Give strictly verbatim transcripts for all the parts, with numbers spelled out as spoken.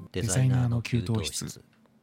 デザイナーの給湯室。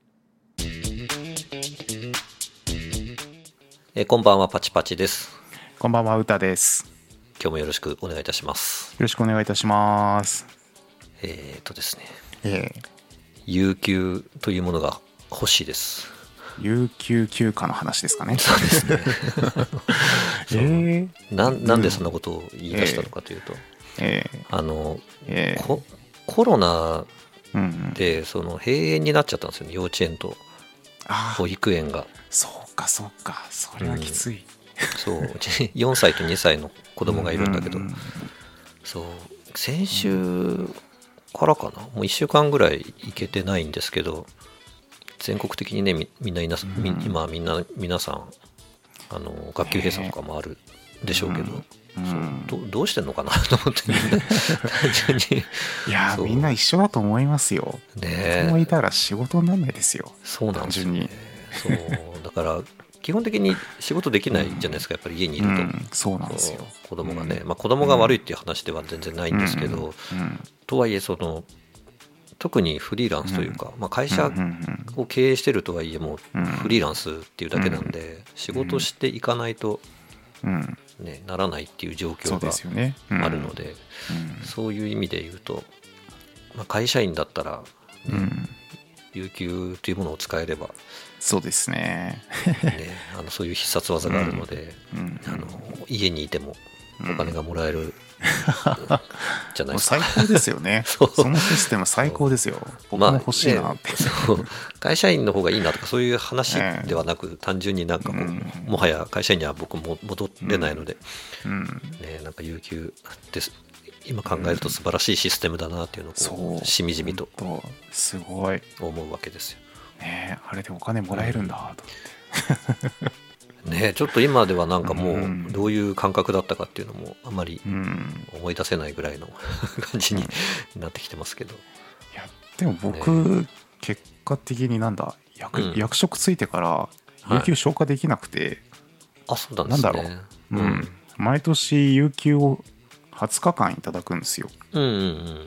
えーこんばんは、パチパチです。 こんばんは、うたです。 今日もよろしくお願いいたします。 よろしくお願いいたします。 えーとですね、 えー、 有給というものが欲しいです。 有給休暇の話ですかね。 そうですね。そうえー、 ななんでそんなことを言い出したのかというと、 えー、 あの、 えー、 ココロナうんうん、 でその閉園になっちゃったんですよね、幼稚園と保育園が。 そうかそうか、それはきつい。 うん、そううちよんさいとにさいの子供がいるんだけど、 うんうん、 そう先週からかな、もういっしゅうかんぐらい行けてないんですけど、全国的にね み, みんないな、うん、今みんな皆さんあの学級閉鎖とかもあるでしょうけど、 うん、 そう ど, どうしてんのかなと思って、みんな単純にいやみんな一緒だと思いますよ。ね、子供いたら仕事にならないですよ。 そうなんですよ、ね、 単純に。 そうだから基本的に仕事できないじゃないですか、やっぱり家にいると、うん、 そうなんですよ。 子供がね、まあ、子供が悪いっていう話では全然ないんですけど、 うんうん、 とはいえその特にフリーランスというか、まあ、会社を経営してるとはいえもうフリーランスっていうだけなんで、仕事していかないと、ね、ならないっていう状況があるので、そういう意味で言うと、まあ、会社員だったら、ね、有給というものを使えれば、 そうですね。 ね、あのそういう必殺技があるので、あの家にいてもお金がもらえるじゃないですか。 最高ですよね。そ, そのシステム最高ですよ。僕も欲しいなって、まあね、 そう会社員の方がいいなとかそういう話ではなく、ね、単純になんかこう、うん、もはや会社員には僕も戻れないので、うんね、なんか有給って今考えると素晴らしいシステムだなっていうのをこうしみじみとすごい思うわけですよ。 ね、あれでお金もらえるんだと思って、 うんね、ちょっと今ではなんかもうどういう感覚だったかっていうのもあまり思い出せないぐらいの感じになってきてますけど、いやでも僕、ね、結果的になんだ 役,、うん、役職ついてから有給消化できなくて、 はい、あそうなんですね。 なんだろう、うんうん、毎年有給をはつかかんいただくんですよ、 うんうんうん、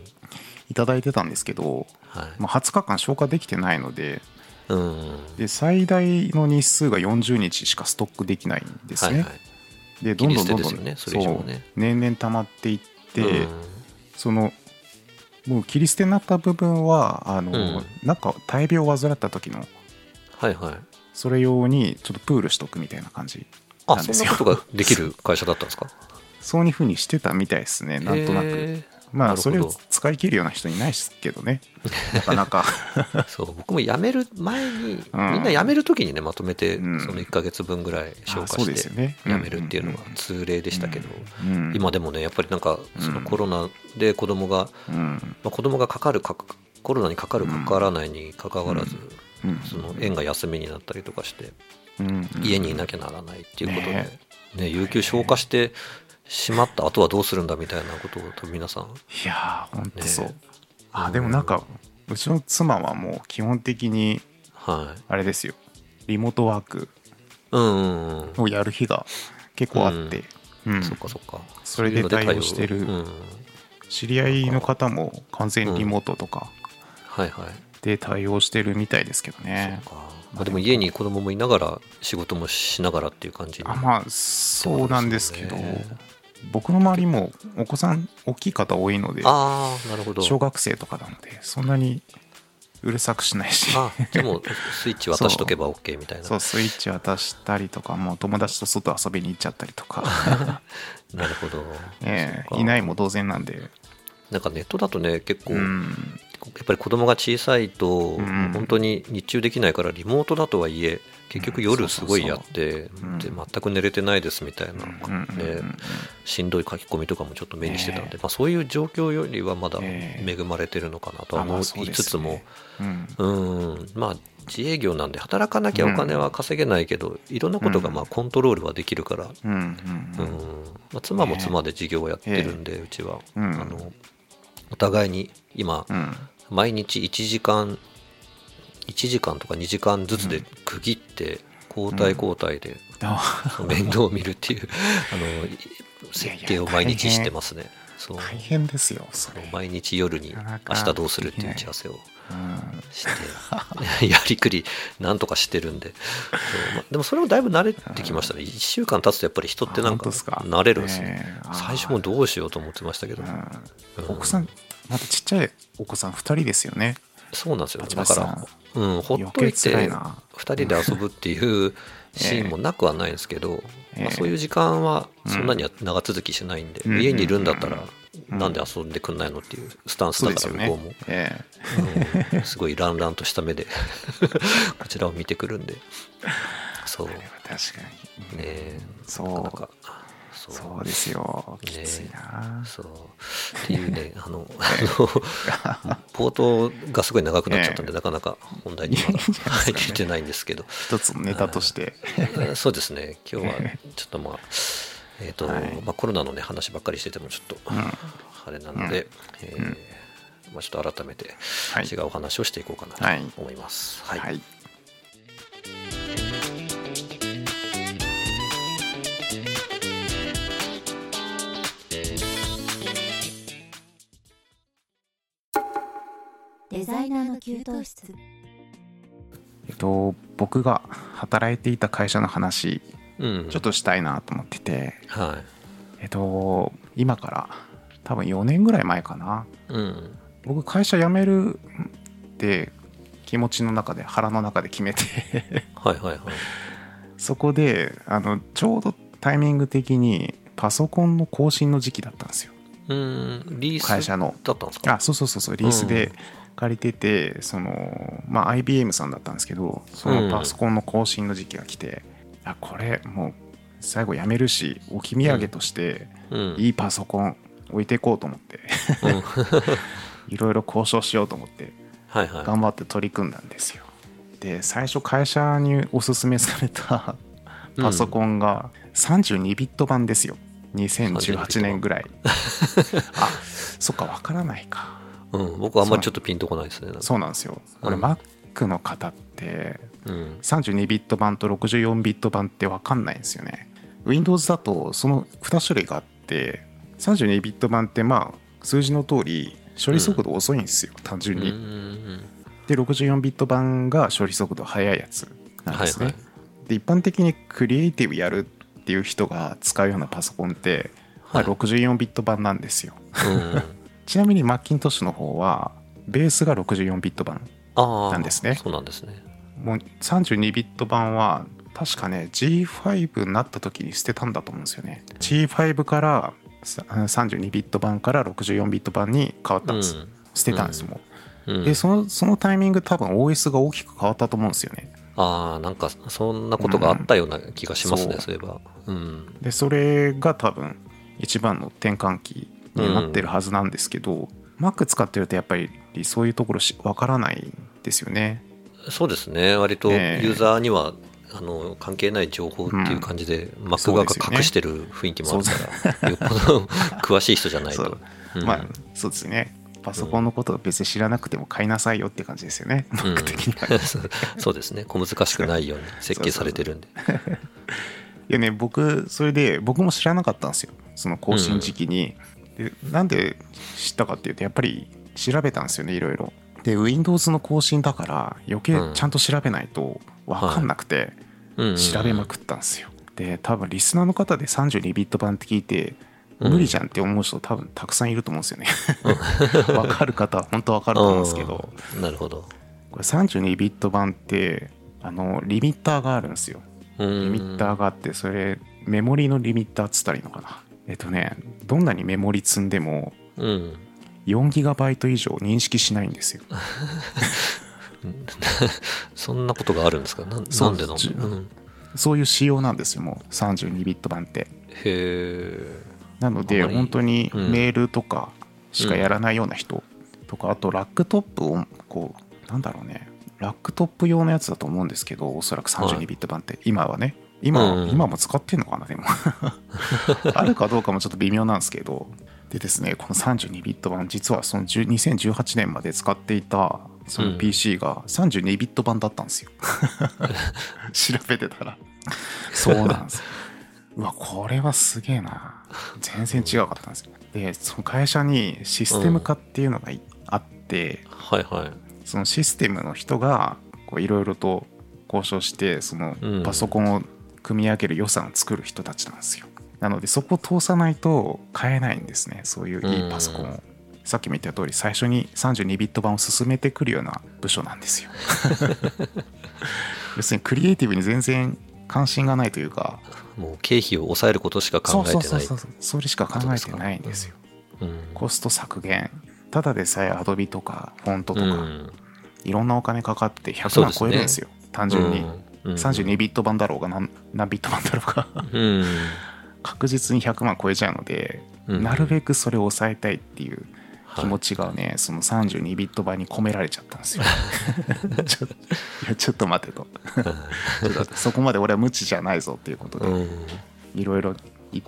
いただいてたんですけど、はいまあ、はつかかん消化できてないので、うん、で最大の日数がよんじゅうにちしかストックできないんですね、はいはい、でどんどんどんどん、ね、それ以上ね、そう年々溜まっていって、うん、そのもう切り捨てになった部分はあの、うん、なんか大病を患った時の、 はいはい、 それ用にちょっとプールしとくみたいな感じなんですよ。 あそんなことができる会社だったんですか？ そういう風にしてたみたいですね、なんとなく。まあそれを使い切るような人いないですけどね、なかなかそう僕も辞める前に、うん、みんな辞める時にねまとめて、うん、そのいっかげつぶんぐらい消化して辞めるっていうのが通例でしたけど、うんうん、今でもねやっぱりなんかそのコロナで子供が、うんまあ、子供がかかるかコロナにかかるかからないにかかわらず、うんうん、その園が休みになったりとかして、うん、家にいなきゃならないっていうことで、ねね、有給消化してしまったあとはどうするんだみたいなことを皆さん、 いやー本当そう、ね、あでもなんかうちの妻はもう基本的にあれですよ、リモートワークをやる日が結構あって、 うんうんうん、そっかそっか、 それで対応してる、うん、知り合いの方も完全リモートとかで対応してるみたいですけどね、 そうか、まあ、でも家に子供もいながら仕事もしながらっていう感じに、 あまあそうなんですけど、僕の周りもお子さん大きい方多いので、 あなるほど、 小学生とかなのでそんなにうるさくしないし、 あでもスイッチ渡しとけば OK みたいな、 そうスイッチ渡したりとか、もう友達と外遊びに行っちゃったりとかなるほど、 えー、いないも同然なんで、 なんかネットだとね結構、うん、やっぱり子供が小さいと本当に日中できないからリモートだとはいえ結局夜すごいやってで全く寝れてないですみたいなでしんどい書き込みとかもちょっと目にしてたんで、まあ、そういう状況よりはまだ恵まれてるのかなとは思いつつも、うんまあ自営業なんで働かなきゃお金は稼げないけどいろんなことがまあコントロールはできるから、うんまあ、妻も妻で事業をやってるんでうちはあのお互いに今毎日いちじかんいちじかんとかにじかんずつで区切って交代交代で面倒を見るっていうあの設計を毎日してますね。そう大変ですよそれ。 毎日夜に明日どうするっていう打ち合わせをしてやりくりなんとかしてるんでまでもそれもだいぶ慣れてきましたね。いっしゅうかん経つとやっぱり人ってなんか慣れるんですね。最初もどうしようと思ってましたけど、 うん、お子さんまだちっちゃいお子さんふたりですよね。 そうなんですよ。だから、うん、ほっといてふたりで遊ぶっていうシーンもなくはないんですけど、えーまあ、そういう時間はそんなに長続きしないんで、うん、家にいるんだったらなんで遊んでくんないのっていうスタンスだから向こうも、えーうん、すごいランランとした目でこちらを見てくるんで、そう確かにね、 そうなかなかそう、そうですよ、きついな、 ね、そうっていうねあの冒頭がすごい長くなっちゃったんで、えー、なかなか本題にまだ入ってないんですけど、 一つのネタとしてそうですね、今日はちょっとまあえーとはいまあ、コロナの、ね、話ばっかりしててもちょっと、うん、あれなので、うんえーうんまあ、ちょっと改めて違うお話をしていこうかなと思います。はい、はいはいデザイナーの給湯室。 えっと僕が働いていた会社の話、うん、ちょっとしたいなと思ってて、はいえっと今から多分よねんぐらい前かな、うん、僕会社辞めるって気持ちの中で腹の中で決めてはいはい、はい、 そこであのちょうどタイミング的にパソコンの更新の時期だったんですよ。 うんリース会社のだったんですか。 あそうそうそうそうリースで借りてて、うん、そのまあ アイビーエム さんだったんですけど、そのパソコンの更新の時期が来て、うん、あこれもう最後辞めるし置き土産としていいパソコン置いていこうと思っていろいろ交渉しようと思って頑張って取り組んだんですよ。で最初会社におすすめされたパソコンがさんじゅうにビット版ですよ。にせんじゅうはちねんぐらいあそっかわからないか、 うん、僕はあんまりちょっとピンとこないですね。 そうなんですよ。これ、うん、Mac の方ってさんじゅうにビット版とろくじゅうよんビット版って分かんないんですよね。 Windows だとそのに種類があって、さんじゅうにビット版ってまあ数字の通り処理速度遅いんですよ、うん、単純に、うん、でろくじゅうよんビット版が処理速度速いやつなんですね、はいはい、で一般的にクリエイティブやるっていう人が使うようなパソコンって、はいまあ、ろくじゅうよんビット版なんですよ、うん、ちなみにマッキントッシュの方はベースがろくじゅうよんビット版なんですね。 そうなんですね。 もうさんじゅうにビット版は確かね ジーファイブ になった時に捨てたんだと思うんですよね。 ジーファイブ からさんじゅうにビット版からろくじゅうよんビット版に変わったんです、うん、捨てたんですもう、うん、でその、そのタイミング多分 オーエス が大きく変わったと思うんですよね。 ああなんかそんなことがあったような気がしますね、うん、そういえば、 うん、でそれが多分一番の転換期になってるはずなんですけど、うん、Mac 使ってるとやっぱりそういうところわからないんですよね。 そうですね、割とユーザーには、えー、あの関係ない情報っていう感じで、うん、Mac 側が隠してる雰囲気もあるから、よっぽど詳しい人じゃないと。 うん、まあそうですね、パソコンのことを別に知らなくても買いなさいよって感じですよね、うん、Mac 的にはそうですね、小難しくないように設計されてるんでいやね、僕それで僕も知らなかったんですよ、その更新時期に、うん、でなんで知ったかっていうとやっぱり調べたんですよね、いろいろで Windows の更新だから余計ちゃんと調べないと分かんなくて調べまくったんですよ。で多分リスナーの方でさんじゅうにビット版って聞いて無理じゃんって思う人多分たくさんいると思うんですよね分かる方は本当分かると思うんですけど、 なるほど。 これさんじゅうにビット版ってあのリミッターがあるんですよ。リミッターがあって、それメモリのリミッターっつったらいいのかな、えっとねどんなにメモリ積んでも、うんよんギガバイト以上認識しないんですよそんなことがあるんですか。 な, なんでの、うん、 そういう仕様なんですよ、もうさんじゅうにビット版って。 へえ。 なので本当にメールとかしかやらないような人とか、あとラックトップをこうなんだろうね、ラックトップ用のやつだと思うんですけど、おそらくさんじゅうにビット版って、はい、今はね 今,、うん、今も使ってんのかな、でもあるかどうかもちょっと微妙なんですけど、でですね、このさんじゅうにビット版実はそのにせんじゅうはちねんまで使っていたその ピーシー がさんじゅうにビット版だったんですよ調べてたらそうなんですよ。うわこれはすげえな、全然違うかったんですよ。でその会社にシステム化っていうのがあって、 うんはいはい、 そのシステムの人がいろいろと交渉してそのパソコンを組み上げる予算を作る人たちなんですよ。なのでそこを通さないと買えないんですね、そういういいパソコンを、うん、さっきも言った通り最初にさんじゅうにビット版を進めてくるような部署なんですよ要するにクリエイティブに全然関心がないというか、 もう経費を抑えることしか考えてない。 そうそうそうそう、それしか考えてないんですよ、うん、コスト削減、ただでさえアドビとかフォントとか、うん、いろんなお金かかってひゃくまん超えるんですよ、ですね、単純に、うん、さんじゅうにビット版だろうが 何, 何ビット版だろうが、うん、確実にひゃくまん超えちゃうので、うん、なるべくそれを抑えたいっていう気持ちがね、はい、そのさんじゅうにビット版に込められちゃったんですよちょいやちょっと待てとちょっとそこまで俺は無知じゃないぞっていうことでいろいろ言って、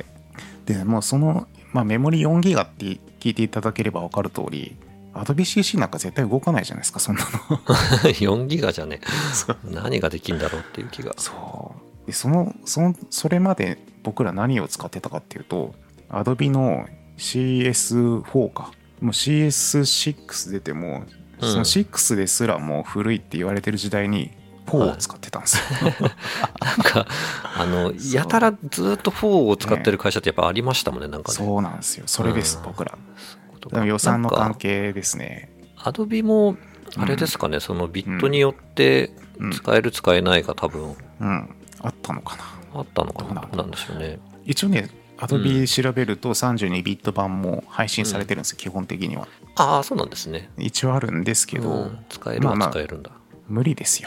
でもうその、まあ、メモリよんギガって聞いていただければ分かる通り Adobe シーシー なんか絶対動かないじゃないですか、そんなのよんギガじゃね何ができるんだろうっていう気が。 そうで、そのそのそれまで僕ら何を使ってたかっていうと Adobe の シーエスフォー か、もう シーエスシックス 出ても、うん、そのシックスですらもう古いって言われてる時代にフォーを使ってたんですよ、はい、 なんかあのやたらずっとフォーを使ってる会社ってやっぱありましたもんね、なんかね。 そうなんですよ、それです、うん、僕らでも予算の関係ですね。 アドビもあれですかね、うん、そのビットによって使える使えないが多分、うんうん、あったのかなあったのかな、どうなんでしょうね。 一応ねAdobe 調べるとさんじゅうにビット版も配信されてるんですよ、うん、基本的には。 ああ、そうなんですね。 一応あるんですけど、うん、 使えるは使えるんだ、まあまあ、 無理ですよ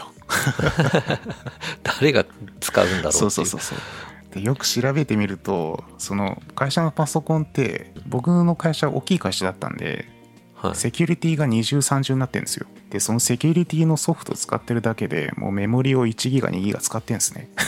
誰が使うんだろうっていう。 そうそうそうそう。でよく調べてみると、その会社のパソコンって僕の会社大きい会社だったんで、はい、セキュリティが二重三重になってるんですよ。でそのセキュリティのソフトを使ってるだけでもうメモリをいちギガにギガ使ってるんですね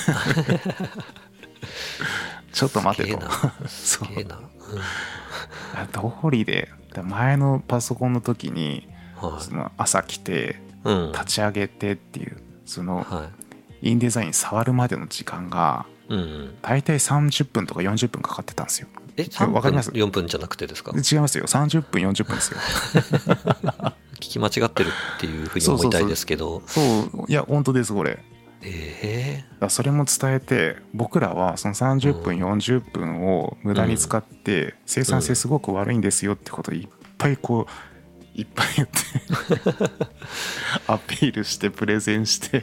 ちょっと待てと。 すげえな。 通りで前のパソコンの時に、はい、その朝来て立ち上げてっていう、うん、その、はい、インデザイン触るまでの時間がだいたいさんじゅっぷんとかよんじゅっぷんかかってたんですよ。 え、さんぷんよんぷんじゃなくてですか？ 違いますよ、さんじゅっぷんよんじゅっぷんですよ聞き間違ってるっていうふうに思いたいですけど。 そうそうそう、いや本当ですこれ。 えー、 だそれも伝えて、僕らはそのさんじゅっぷん、うん、よんじゅっぷんを無駄に使って生産性すごく悪いんですよってことをいっぱいこういっぱい言ってアピールしてプレゼンして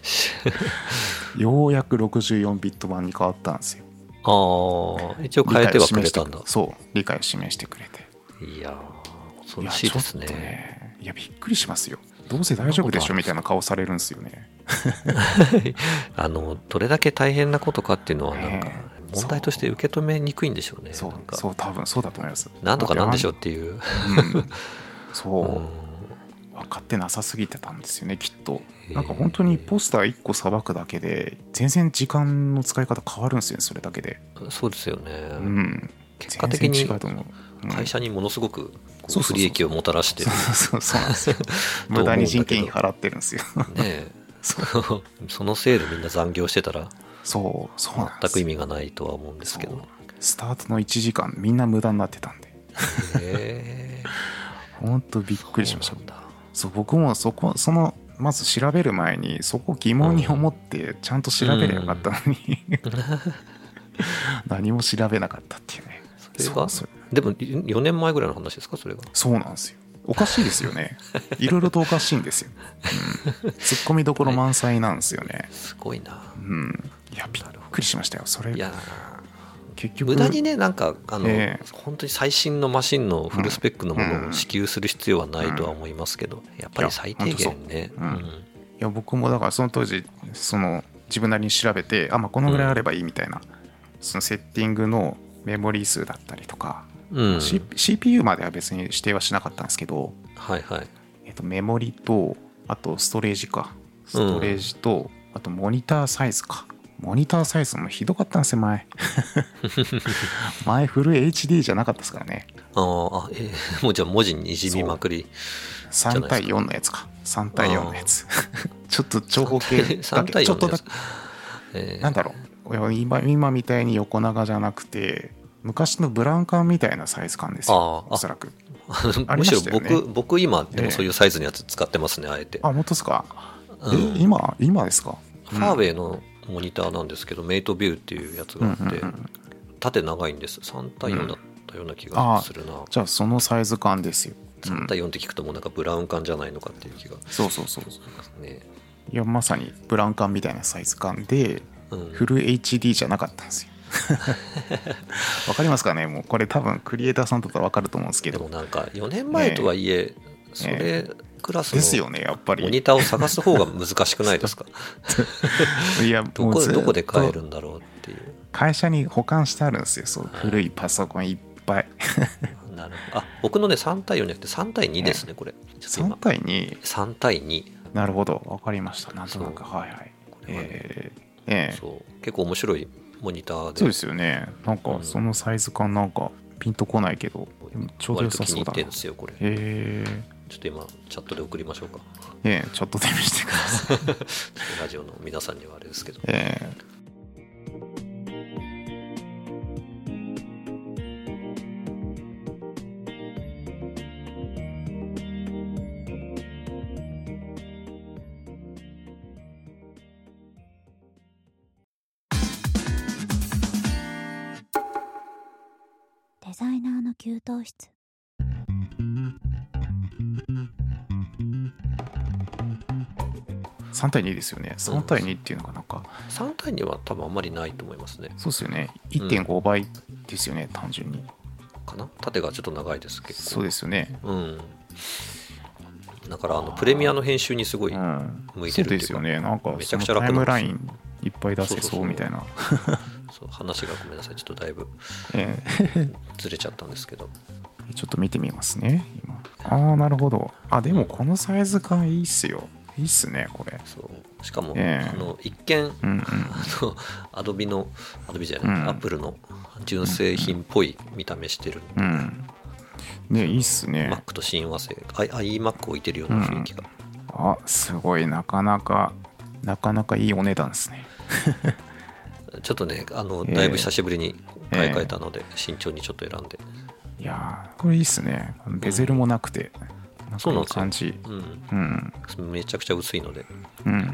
ようやくろくじゅうよんビット版に変わったんですよ。 ああ、一応変えてはくれたんだ。 そう理解を示してくれて。 いやー恐ろしいですね。いやちょっとね、いやびっくりしますよ。どうせ大丈夫でしょみたいな顔されるんですよねあのどれだけ大変なことかっていうのはなんか問題として受け止めにくいんでしょうね。 そうなんかそう多分そうだと思います。 なんとかなんでしょうっていう、うん、 そう、うん、分かってなさすぎてたんですよねきっと。なんか本当にポスターいっこさばくだけで全然時間の使い方変わるんですよね、それだけで。 そうですよね、うん、 結果的に会社にものすごく不利益をもたらしてる。 そうそうなんですよ無駄に人件費払ってるんですよねえそ, そのせいでみんな残業してたらそうそうなん全く意味がないとは思うんですけど、 スタートのいちじかんみんな無駄になってたんでへほんとびっくりしました。そうなんだ。そう僕もそこそのまず調べる前にそこ疑問に思ってちゃんと調べればよかったのに、うん、何も調べなかったっていうね。 それがそれでもよねんまえぐらいの話ですかそれが。 そうなんですよ。おかしいですよねいろいろとおかしいんですよ、うん、ツッコミどころ満載なんですよね、はい、 すごいな、 うん、いやびっくりしましたよそれ。いや結局無駄にねなんかあの、えー、本当に最新のマシンのフルスペックのものを支給する必要はないとは思いますけど、うん、やっぱり最低限ね、 いや、うん、いや僕もだからその当時その自分なりに調べてあ、まあ、このぐらいあればいいみたいな、うん、そのセッティングのメモリー数だったりとか、うん、シーピーユー までは別に指定はしなかったんですけど、 はいはいえっと、メモリとあとストレージかストレージと、うん、あとモニターサイズかモニターサイズもひどかったんですよ前前フル エイチディー じゃなかったですからね。 ああ、えー、もうじゃあ文字にじみまくりさん対よんのやつかさん対よんのやつちょっと長方形だけちょっとだけ、えー、なんだろう今, 今みたいに横長じゃなくて昔のブラウン管みたいなサイズ感ですよ、おそらく。 むしろ僕、僕今でもそういうサイズのやつ使ってますね、あえて。 あ、本当ですか。え、うん、今今ですか。 ファーウェイのモニターなんですけど、メイトビューっていうやつがあって、うんうんうん、縦長いんです。さん対よんだったような気がするな、うん、 じゃあそのサイズ感ですよ。 さん対よんって聞くともうなんかブラウン管じゃないのかっていう気が、 そうそうそうそう、ね、いやまさにブラウン管みたいなサイズ感で、うん、フル エイチディー じゃなかったんですよ。わかりますかね。もうこれ多分クリエイターさんだったらわかると思うんですけど、 でもなんかよねんまえとはいえ、ね、それクラスですよね、やっぱりモニターを探す方が難しくないですか。いやどこどこで買えるんだろうっていう。 会社に保管してあるんですよ、そう、はい、古いパソコンいっぱい。 なるほど。あ、僕のねさん対よんじゃなくてさん対にですね、これ。 さん対に。 さん対に。 なるほど、わかりました。なんとなく、はいはい。これはね、えーえー、 そう結構面白いモニターで。 そうですよね。なんかそのサイズ感なんかピンとこないけど、でもちょうど良さそうだな。割と気に入ってるんですよこれ。へー。ちょっと今チャットで送りましょうか。ええ、チャットで見せてください。 ラジオの皆さんにはあれですけど。 ええ。 デザイナーの給湯室。 さん対にですよね。さん対にっていうのがなんか、 うん、さん対には多分あんまりないと思いますね。 そうですよね。いってんごばいですよね、うん、単純にかな。縦がちょっと長いです結構。 そうですよね。 うん。だからあのプレミアの編集にすごい向いてるっていうか、うん、そうですよね。なんかめちゃくちゃ楽なんです。タイムラインいっぱい出せそうみたいな。 そう話がごめんなさい、ちょっとだいぶずれちゃったんですけど。 ちょっと見てみますね今。ああなるほど。あでもこのサイズ感いいっすよ。いいっすねこれ。 そうしかも、えー、あの一見、うんうん、あのアドビのアドビじゃない、うん、アップルの純正品っぽい見た目してる、 うん、ねいいっすね。 Mac と親和性 iMac 置いてるような雰囲気が、 うん、あすごいなかなかなかなかいいお値段ですね。 ちょっとねあのだいぶ久しぶりに買い替えたので、えー、慎重にちょっと選んで。 いやこれいいっすね。ベゼルもなくて、うん、なんかいい感じ。 うんうん、めちゃくちゃ薄いので、 うんうんうんうん、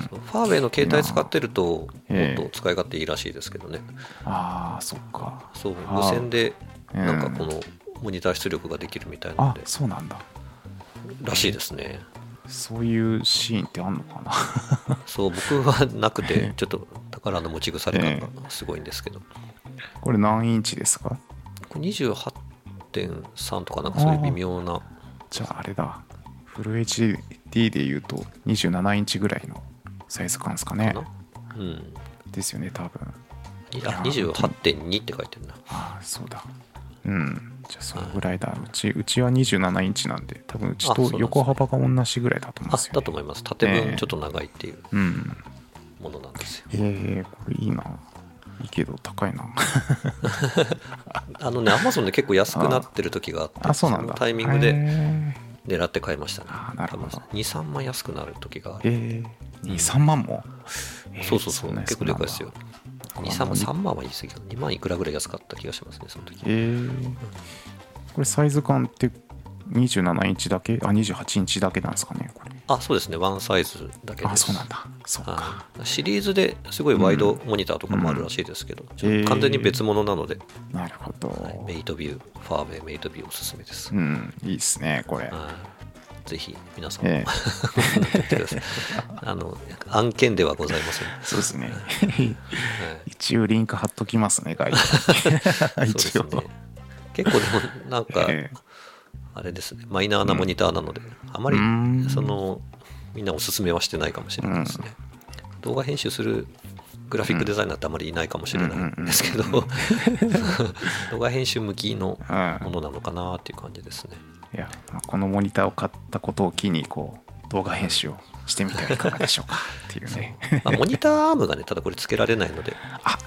ファーウェイの携帯使ってるともっと使い勝手いいらしいですけどね。 ああそっか。 そう無線でなんかこのモニター出力ができるみたいなので、 あそうなんだらしいですね。 そういうシーンってあんのかな。 そう僕はなくてちょっと宝の持ち腐れ感がすごいんですけど、 えー、これ何インチですか。 にじゅうはってんさんとかなんかそういう微妙な。 じゃああれだフル エイチディー でいうとにじゅうななインチぐらいのサイズ感ですかね。 うん、 ですよね多分。 あ にじゅうはってんに って書いてるな。 あそうだ。うんじゃあそのぐらいだ。うちうちはにじゅうななインチなんで多分うちと横幅が同じぐらいだと思いますよ、ね、 あだと思います。縦分ちょっと長いっていうものなんですよ。 えー、えー、これいいな。いいけど高いな。 あのねアマゾンで結構安くなってる時があって、 あそうなんだ。 そのタイミングで狙って買いましたね。 あなるほど。 にさんまん安くなる時がある。 えー、にさんまんも、 えー、そうそうそう結構でかいですよ。にさんまんさんまんは言い過ぎけどにまんいくらぐらい安かった気がしますねその時。 えー、これサイズ感ってにじゅうななインチだけ、あにじゅうはちインチだけなんですかねこれ。 あそうですねワンサイズだけです。 あそうなんだ。そうか。 シリーズですごいワイドモニターとかもあるらしいですけど、うん、完全に別物なので、 えー、なるほど、はい、 メイトビューファーウェイメイトビューおすすめです。 うんいいですねこれ。 ぜひ皆さんも、えー、あの案件ではございません。 そうですね、はい、一応リンク貼っときますね概要。一応、ね、 結構でもなんか、えー、あれですねマイナーなモニターなので、うん、あまりそのみんなおすすめはしてないかもしれないですね、うん、動画編集するグラフィックデザイナーってあまりいないかもしれないんですけど、動画編集向きのものなのかなっていう感じですね。 いやこのモニターを買ったことを機にこう動画編集をしてみてはいかがでしょうかっていうね。 まあ、モニターアームがねただこれつけられないのであ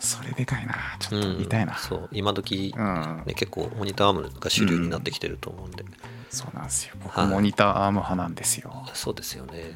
それでかいな、ちょっと見たいな、 うん、そう今時、うんね、結構モニターアームが主流になってきてると思うんで、うん、 そうなんですよ、僕モニターアーム派なんですよ、 はい、そうですよね、 うん、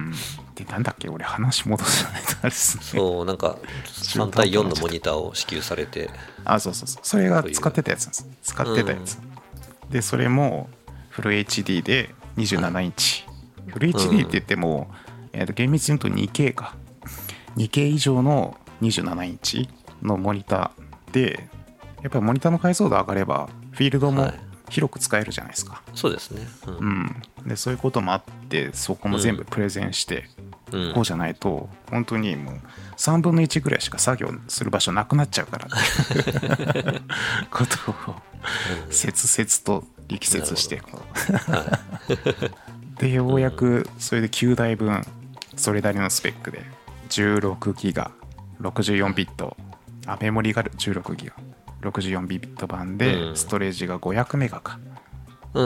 でなんだっけ俺話戻さないとあれですね、 そうなんかさん対よんのモニターを支給されて、 あそうそうそう、それが使ってたやつなんです、使ってたやつ、うん、でそれもフル エイチディー でにじゅうななインチ、はい、フル エイチディー って言っても、うんえー、と厳密に言うと にケー か にケー 以上のにじゅうななインチのモニターで、やっぱりモニターの解像度上がればフィールドも広く使えるじゃないですか、はい、 そうですね、うんうん、でそういうこともあってそこも全部プレゼンして、うん、こうじゃないと本当にもうさんぶんのいちぐらいしか作業する場所なくなっちゃうからことを切々と力説してはい、でようやくそれできゅうだいぶんそれなりのスペックでじゅうろくギガろくじゅうよんビット、あメモリがじゅうろくギガろくじゅうよんビット版で、うん、ストレージがごひゃくメガか、 うん、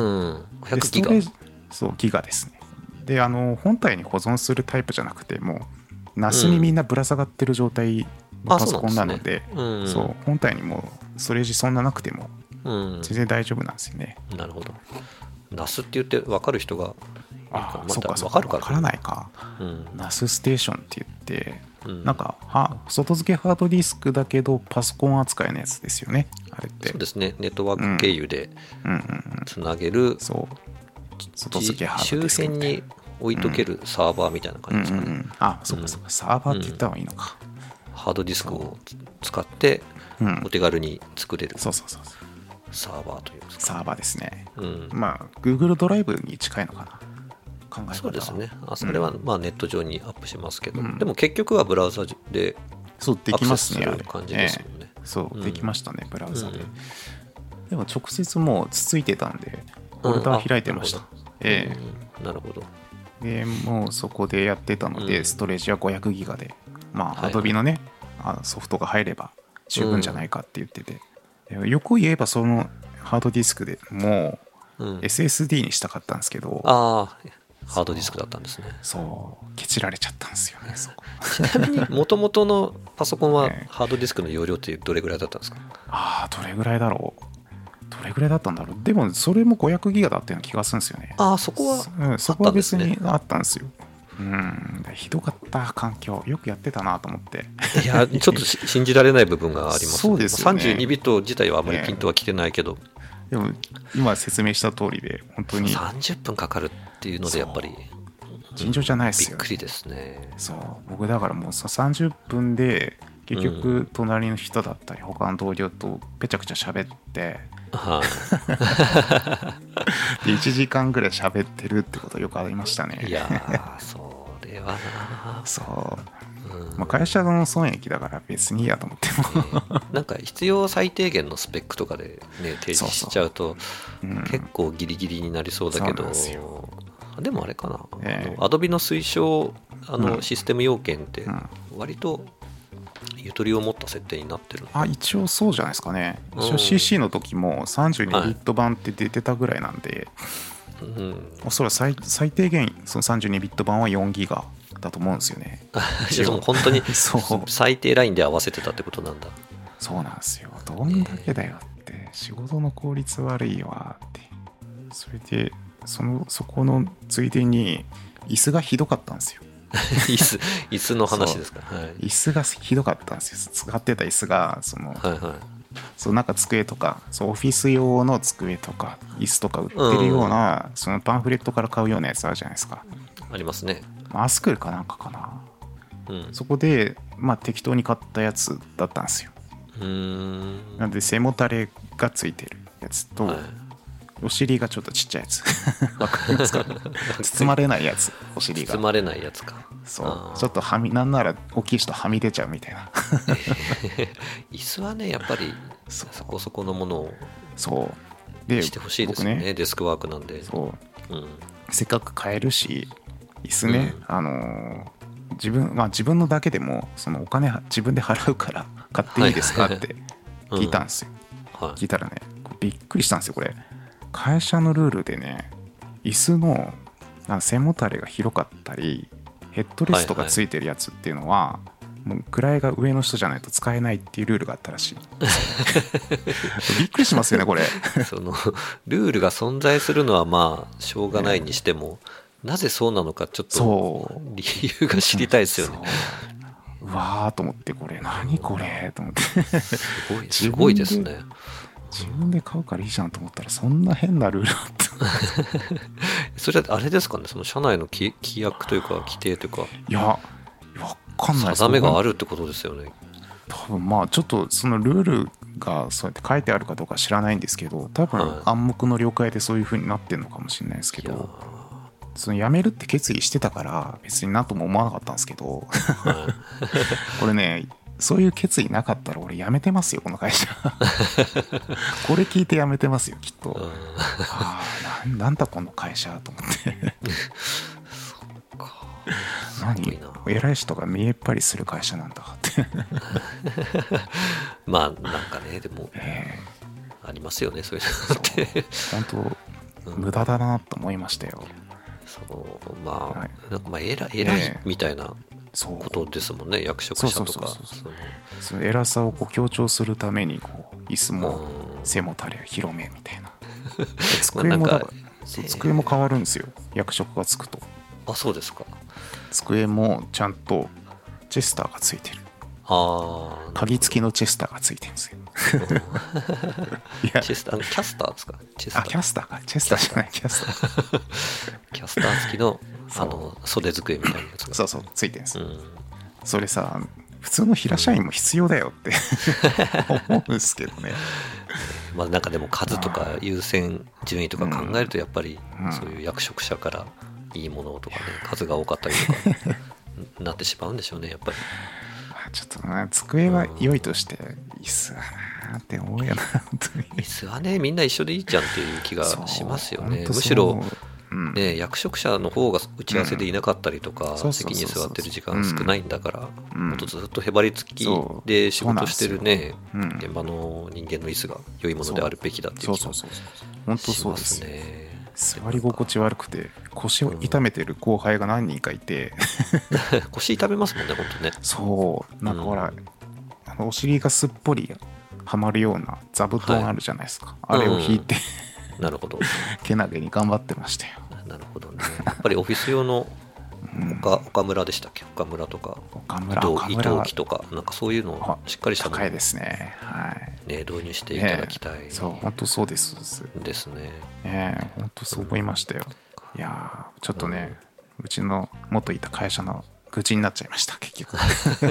ごひゃくギガ、 そうギガですね。であの本体に保存するタイプじゃなくてもうナスにみんなぶら下がってる状態のパソコンなので、うん、そうなんですね、うん、そう本体にもストレージそんななくても全然大丈夫なんですよね、 うん、なるほど。ナスって言って分かる人があ、 ま、 そうかそうか分かるか分からないか、うん、ナスステーションって言って、うん、なんかは外付けハードディスクだけどパソコン扱いのやつですよね、あれって。 そうですね、ネットワーク経由でつなげる、 そう外付けハードディスク周辺に置いとけるサーバーみたいな感じですかね、うんうんうん、 あ、そうかそうか、サーバーって言った方がいいのか、 うん、ハードディスクを使ってお手軽に作れる、うん、そうそうそうサーバーというサーバーですね、うん、まあ Google ドライブに近いのかな、考え方は。 そうですね、あそれはまあネット上にアップしますけど、うん、でも結局はブラウザでアクセスする感じですよね。 えー、そうできましたね、ブラウザで、うん、でも直接もうつついてたんでフォルダ開いてました、うん、えー、なるほど。 でもうそこでやってたので、うん、ストレージはごひゃくギガでまあ Adobe のね、はいはい、ソフトが入れば十分じゃないかって言ってて、うん、よく言えばそのハードディスクでもう エスエスディー にしたかったんですけど、 うん、ああハードディスクだったんですね。 そうケチられちゃったんですよねそこちなみに元々のパソコンはハードディスクの容量ってどれぐらいだったんですか？ ああどれぐらいだろうどれぐらいだったんだろう。でもそれもごひゃくギガだったような気がするんですよね。 ああそこは、 うん、そこは別にあったんですよ。うんひどかった環境よくやってたなと思って。 いやちょっと信じられない部分がありますね。 そうですよね。 さんじゅうにビット自体はあまりピントは来てないけど、ね、 でも今説明した通りで本当にさんじゅっぷんかかるっていうのでやっぱり尋常じゃないですよ、ね、 びっくりですね。 そう僕だからもうさんじゅっぷんで結局隣の人だったり他の同僚とぺちゃくちゃ喋って、はあ、でいちじかんぐらい喋ってるってことよくありましたね。 いやそれはなそう、うんまあ、会社の損益だから別にいいやと思っても、 ね、なんか必要最低限のスペックとかで、ね、提示しちゃうとそうそう、うん、結構ギリギリになりそうだけど、でもあれかな、えー、Adobe の推奨あの、うん、システム要件って割とゆとりを持った設定になってる、 あ一応そうじゃないですかね。一応 シーシー の時もさんじゅうにビット版って出てたぐらいなんで、はい、うん、おそらく 最, 最低限そのさんじゅうにビット版はよんギガだと思うんですよね。 じゃあもう本当に最低ラインで合わせてたってことなんだ。 そうなんですよ。どんだけだよって、仕事の効率悪いわって。それでそのそこのついでに椅子がひどかったんですよ。 椅子椅子の話ですか？ はい、椅子がひどかったんですよ。使ってた椅子がその、はいはい、そうなんか机とかそうオフィス用の机とか椅子とか売ってるような、うん、そのパンフレットから買うようなやつあるじゃないですか。 ありますね。 アスクルかなんかかな、うん、そこで、まあ、適当に買ったやつだったんですよ。うーんなので背もたれがついてるやつと、はい、お尻がちょっとちっちゃいやつわかりますか？包まれないやつ、お尻が包まれないやつか。 そうちょっとはみなんなら大きい人はみ出ちゃうみたいな椅子はねやっぱりそこそこのものをそうでしてほしいですよ ね, ねデスクワークなんで。 そう、うん、せっかく買えるし椅子ね、うん、あのー、自分まあ自分のだけでもそのお金自分で払うから買っていいですかって聞いたんですよ、うんはい、聞いたらねびっくりしたんですよ。これ会社のルールでね椅子の背もたれが広かったりヘッドレストがついてるやつっていうのは、はいはい、 もう位が上の人じゃないと使えないっていうルールがあったらしいびっくりしますよねこれそのルールが存在するのはまあしょうがないにしても、えー、なぜそうなのかちょっと理由が知りたいですよね。 うわーと思って、これ何これと思ってすごいすごいですね。 自分で買うからいいじゃんと思ったらそんな変なルールあったそれはあれですかね、その社内の規約というか規定というか、 いやわかんないです。 定めがあるってことですよね。 多分まあちょっとそのルールがそうやって書いてあるかどうか知らないんですけど、多分暗黙の了解でそういう風になってるのかもしれないですけど、その辞めるって決意してたから別に何とも思わなかったんですけどこれね、そういう決意なかったら俺辞めてますよこの会社これ聞いて辞めてますよきっと。ああ、な、なんだこの会社と思ってそっか、何偉い人が見えっ張りする会社なんだってまあなんかね、でも、えー、ありますよねそういうのって本当無駄だなと思いましたよ。 そうまあ、はい、なんかまあ偉い偉いみたいなことですもんね、えー、役職者とかその偉さをこう強調するためにこう椅子も背もたれ広めみたいな机もだから机も変わるんですよ、役職がつくと。 あ、そうですか。 机もちゃんとチェスターがついてる。あ、鍵付きのチェスターがついてるんですよいやチェスター、キャスターですか。チェスター、 あ、キャスターか、チェスターじゃない、キャスターキャスター付きのあの袖机みたいなやつがそうそうついてるんです、うん、それさ普通の平社員も必要だよって思うんですけどねまあなんかでも数とか優先順位とか考えるとやっぱりそういう役職者からいいものとかね、数が多かったりとかなってしまうんでしょうねやっぱり。 ちょっとな、机は良いとして椅子はなって思うよな本当に。 椅子はねみんな一緒でいいじゃんっていう気がしますよね。むしろ、うんね、役職者の方が打ち合わせでいなかったりとか、うん、席に座ってる時間少ないんだから、うん、もっとずっとへばりつきで仕事してるね、うん、現場の人間の椅子が良いものであるべきだっていう気がしますね。 座り心地悪くて腰を痛めてる後輩が何人かいて、 うん、腰痛めますもんね本当ね。 そうなんかほら、うん、あのお尻がすっぽりはまるような座布団あるじゃないですか、はい、あれを引いて、 うん、なるほどけなげに頑張ってましたよ。 なるほどね。やっぱりオフィス用の岡、うん、岡村でしたっけ、岡村とか岡村伊藤木とかなんかそういうのをしっかりしたの高いですね、はいね、導入していただきたい、ね、 そう本当そうですですね。 ね、本当そう思いましたよ、うん、いやちょっとね、うん、うちの元いた会社の愚痴になっちゃいました結局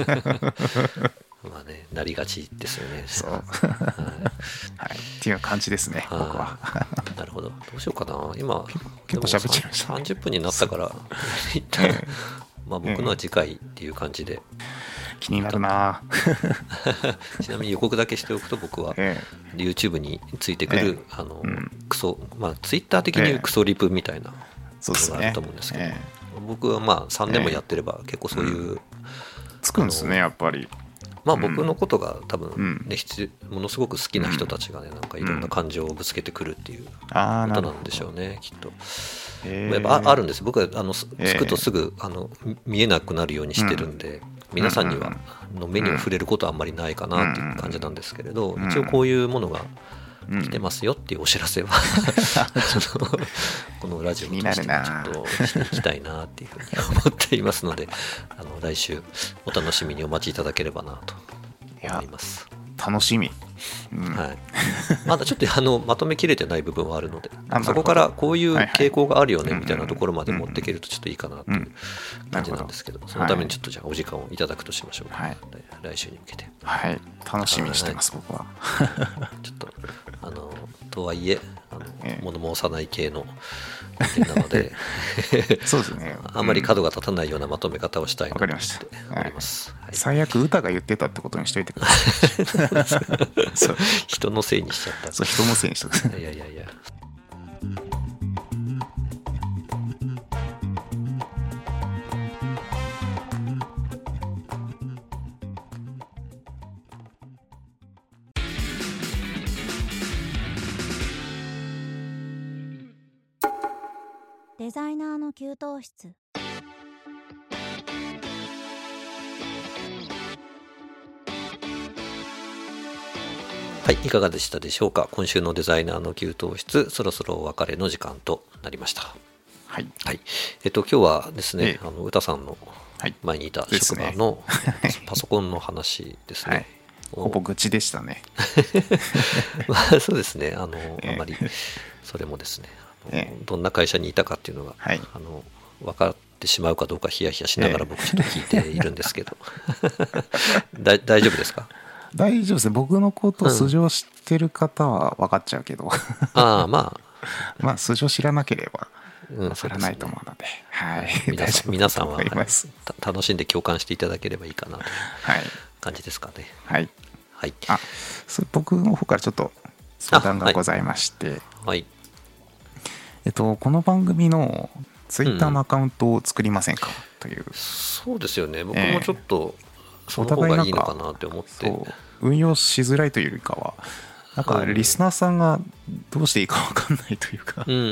まあね、なりがちですよね。 そう、はいはい、っていう感じですね僕は。 なるほど。どうしようかな今結構喋っちゃいました、ね、 さんじゅっぷんになったから一旦、えー、まあ僕のは次回っていう感じで、えー、気になるなちなみに予告だけしておくと僕は YouTube についてくる、えー、あの、うん、クソまあ Twitter 的に言うクソリプみたいなのがあると思うんですけど、えーえー、僕はまあさんねんもやってれば結構そういう、うん、 つくんですねやっぱり。 まあ僕のことが多分ね、うん、ものすごく好きな人たちがねなんかいろんな感情をぶつけてくるっていうことなんでしょうね、きっと。やっぱあるんです。僕はあのつくとすぐあの見えなくなるようにしてるんで、皆さんにはの目には触れることはあんまりないかなっていう感じなんですけれど、一応こういうものが来てますよっていうお知らせはこのラジオを通してちょっとしていきたいなっていうふうに思っていますので、あの来週お楽しみにお待ちいただければなと思います。 楽しみ、 うん、はい、まだちょっとあのまとめきれてない部分はあるのでそこからこういう傾向があるよねみたいなところまで持っていけるとちょっといいかなという感じなんですけど、そのためにちょっとじゃあお時間をいただくとしましょうか、はい、来週に向けて。 はい楽しみにしてます、はい、僕はちょっとあのとはいえあの、ええ、物申さない系の人間なのでそうですね、 あんまり角が立たないようなまとめ方をしたいなと思っております。 はい、最悪歌が言ってたってことにしといてくださいそう人のせいにしちゃった。 そう人のせいにしとくいやいやいや。 デザイナーの給湯室。 はい、いかがでしたでしょうか。今週のデザイナーの給湯室、そろそろお別れの時間となりました。 はい、 はい、えっと今日はですね、ええ、あの歌さんの前にいた職場のパソコンの話ですね。はい、 ほぼ愚痴でしたね。 まあそうですね。あの、ええ、あまりそれもですね、あの、ええ、どんな会社にいたかっていうのが、はい、あの分かってしまうかどうかヒヤヒヤしながら僕ちょっと聞いているんですけど、だ大丈夫ですか？ 大丈夫ですね。僕のことを素性知ってる方は分かっちゃうけど、うん、 ああまあまあ素性知らなければ分からないと思うので、うん、でね、はい、 皆さん、皆さんは、はい、楽しんで共感していただければいいかなという感じですかね。 はい、 はい、 あ、それ僕の方からちょっと相談がございまして、はいはい、えっとこの番組のツイッターのアカウントを作りませんか、うん、という。 そうですよね。僕もちょっと、えーその方がいいのかなって思って、 そう運用しづらいというよりかはなんかリスナーさんがどうしていいか分かんないというか、 うん、うん、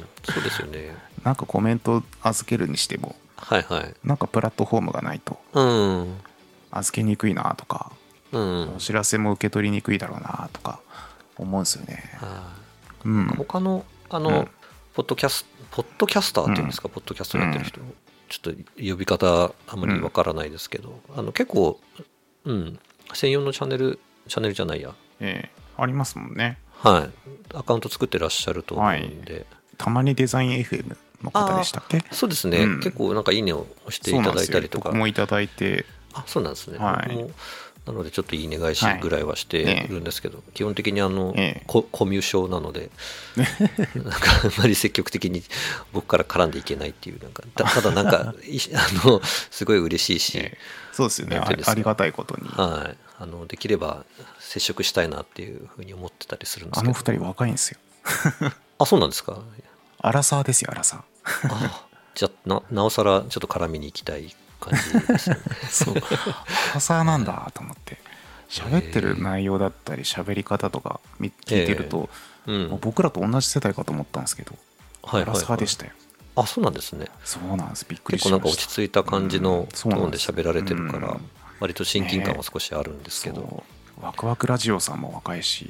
そうですよね。 なんかコメント預けるにしても、 はいはい、 なんかプラットフォームがないと預けにくいなとか、うん、お知らせも受け取りにくいだろうなとか思うんですよね。 うん、他のあの、うん、ポッドキャスポッドキャスターっていうんですか、うん、ポッドキャストやってる人、うん、ちょっと呼び方あまりわからないですけど、うん、あの結構、うん、専用のチャンネルチャンネルじゃないや、 えー、ありますもんね。 はい、アカウント作ってらっしゃると思うんで、はい、 たまにデザイン エフエム の方でしたっけ？ そうですね、うん、結構なんかいいねを押していただいたりとか。 僕もいただいて、 あ、そうなんですね、 はい、 僕もなのでちょっといいね返しぐらいはしてるんですけど、はい、基本的にあの、ええ、コ, コミュ障なのでなんかあまり積極的に僕から絡んでいけないっていう、なんか た, ただなんかあのすごい嬉しいし、ええ、 そうですよね、ありがたいことに、 はい、あのできれば接触したいなっていうふうに思ってたりするんですけど。 あのふたり若いんですよあ、そうなんですか。 アラサーですよ、アラサーあ、じゃあ な, なおさらちょっと絡みに行きたい感じですねそう、アラサーなんだと思って喋ってる内容だったり喋り方とか聞いてると、えーうん、僕らと同じ世代かと思ったんですけど、はいはいはい、アラサーでしたよ。 あ、そうなんですね。 そうなんです、びっくりしました。 結構なんか落ち着いた感じのトーンで喋られてるから、うん、割と親近感は少しあるんですけど、ね、 ワクワクラジオさんも若いし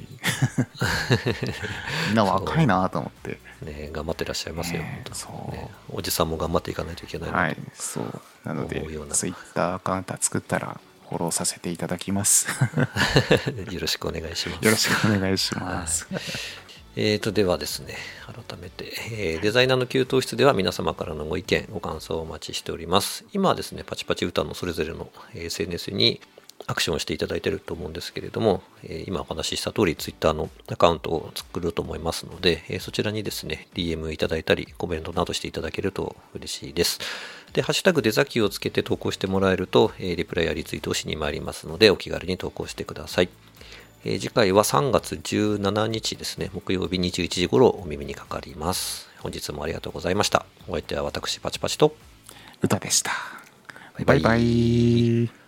みんな若いなと思ってね、頑張ってらっしゃいますよ、 ね、そうね、おじさんも頑張っていかないといけないなと、 はい、そうなのでツイッターアカウント作ったらフォローさせていただきますよろしくお願いします。 よろしくお願いします、はい、 えーとではですね、改めて、えー、デザイナーの給湯室では皆様からのご意見ご感想をお待ちしております。今はですね、パチパチ歌のそれぞれの エスエヌエス にアクションをしていただいていると思うんですけれども、えー、今お話しした通りツイッターのアカウントを作ると思いますので、えー、そちらにですね ディーエム いただいたりコメントなどしていただけると嬉しいです。で、ハッシュタグデザキューをつけて投稿してもらえると、えー、リプライやリツイートをしに参りますので、お気軽に投稿してください。えー、次回はさんがつじゅうしちにちですね、木曜日にじゅういちじ頃お耳にかかります。本日もありがとうございました。お相手は私パチパチと歌でした。バイバイ。バイバイ。